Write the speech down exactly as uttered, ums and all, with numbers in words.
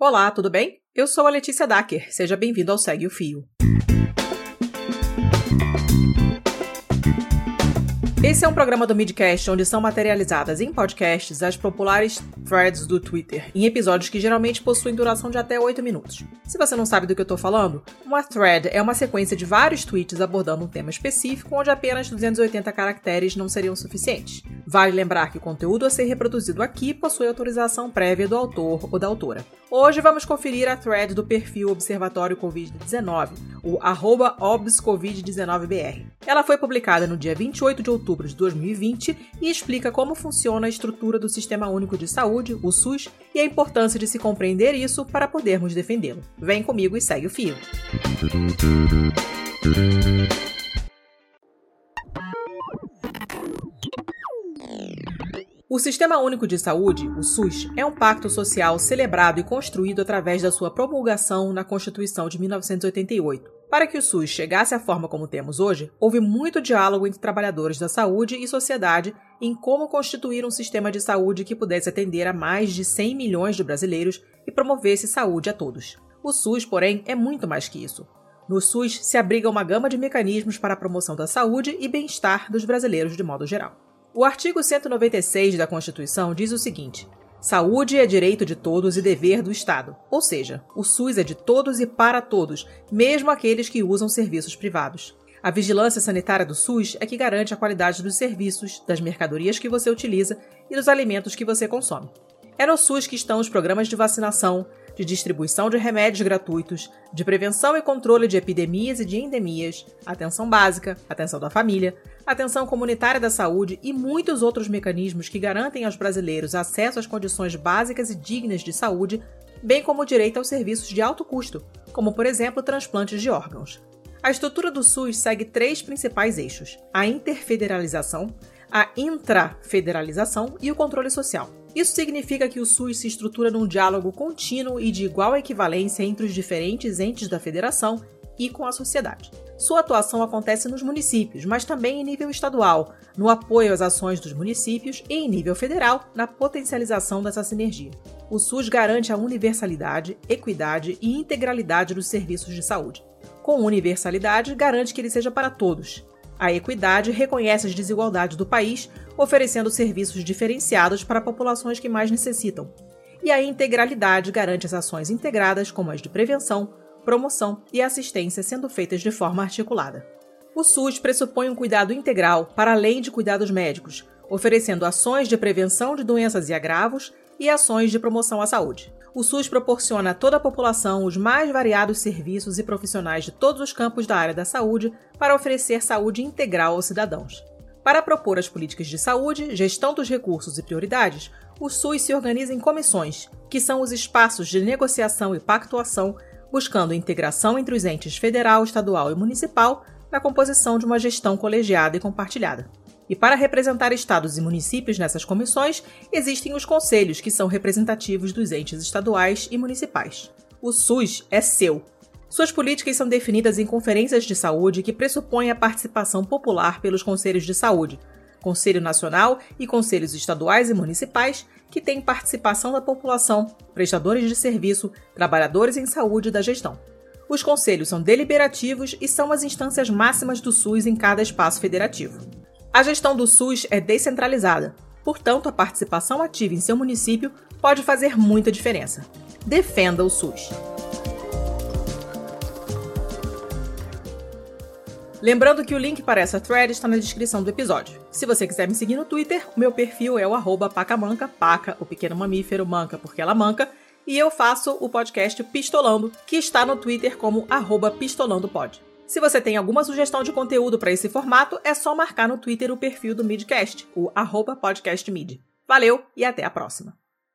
Olá, tudo bem? Eu sou a Letícia Dacker, seja bem-vindo ao Segue o Fio. Esse é um programa do Midcast onde são materializadas em podcasts as populares threads do Twitter, em episódios que geralmente possuem duração de até oito minutos. Se você não sabe do que eu estou falando, uma thread é uma sequência de vários tweets abordando um tema específico onde apenas duzentos e oitenta caracteres não seriam suficientes. Vale lembrar que o conteúdo a ser reproduzido aqui possui autorização prévia do autor ou da autora. Hoje vamos conferir a thread do perfil Observatório covid dezenove, o arroba obs covid dezenove b r. Ela foi publicada no dia vinte e oito de outubro de dois mil e vinte e explica como funciona a estrutura do Sistema Único de Saúde, o SUS, e a importância de se compreender isso para podermos defendê-lo. Vem comigo e segue o fio. O Sistema Único de Saúde, o SUS, é um pacto social celebrado e construído através da sua promulgação na Constituição de mil novecentos e oitenta e oito. Para que o SUS chegasse à forma como temos hoje, houve muito diálogo entre trabalhadores da saúde e sociedade em como constituir um sistema de saúde que pudesse atender a mais de cem milhões de brasileiros e promovesse saúde a todos. O SUS, porém, é muito mais que isso. No SUS se abriga uma gama de mecanismos para a promoção da saúde e bem-estar dos brasileiros de modo geral. O artigo cento e noventa e seis da Constituição diz o seguinte: saúde é direito de todos e dever do Estado. Ou seja, o SUS é de todos e para todos, mesmo aqueles que usam serviços privados. A vigilância sanitária do SUS é que garante a qualidade dos serviços, das mercadorias que você utiliza e dos alimentos que você consome. É no SUS que estão os programas de vacinação, de distribuição de remédios gratuitos, de prevenção e controle de epidemias e de endemias, atenção básica, atenção da família, atenção comunitária da saúde e muitos outros mecanismos que garantem aos brasileiros acesso às condições básicas e dignas de saúde, bem como o direito aos serviços de alto custo, como, por exemplo, transplantes de órgãos. A estrutura do SUS segue três principais eixos: a interfederalização, a intrafederalização e o controle social. Isso significa que o SUS se estrutura num diálogo contínuo e de igual equivalência entre os diferentes entes da federação e com a sociedade. Sua atuação acontece nos municípios, mas também em nível estadual, no apoio às ações dos municípios e em nível federal, na potencialização dessa sinergia. O SUS garante a universalidade, equidade e integralidade dos serviços de saúde. Com universalidade, garante que ele seja para todos. A equidade reconhece as desigualdades do país, oferecendo serviços diferenciados para populações que mais necessitam. E a integralidade garante as ações integradas, como as de prevenção, promoção e assistência sendo feitas de forma articulada. O SUS pressupõe um cuidado integral para além de cuidados médicos, oferecendo ações de prevenção de doenças e agravos e ações de promoção à saúde. O SUS proporciona a toda a população os mais variados serviços e profissionais de todos os campos da área da saúde para oferecer saúde integral aos cidadãos. Para propor as políticas de saúde, gestão dos recursos e prioridades, o SUS se organiza em comissões, que são os espaços de negociação e pactuação, buscando a integração entre os entes federal, estadual e municipal na composição de uma gestão colegiada e compartilhada. E para representar estados e municípios nessas comissões, existem os conselhos, que são representativos dos entes estaduais e municipais. O SUS é seu. Suas políticas são definidas em conferências de saúde que pressupõem a participação popular pelos conselhos de saúde, Conselho Nacional e conselhos estaduais e municipais, que têm participação da população, prestadores de serviço, trabalhadores em saúde e da gestão. Os conselhos são deliberativos e são as instâncias máximas do SUS em cada espaço federativo. A gestão do SUS é descentralizada, portanto, a participação ativa em seu município pode fazer muita diferença. Defenda o SUS. Lembrando que o link para essa thread está na descrição do episódio. Se você quiser me seguir no Twitter, o meu perfil é o arroba pacamanca, paca, o pequeno mamífero, manca porque ela manca, e eu faço o podcast Pistolando, que está no Twitter como arroba pistolandopod. Se você tem alguma sugestão de conteúdo para esse formato, é só marcar no Twitter o perfil do Midcast, o arroba podcastmid. Valeu e até a próxima!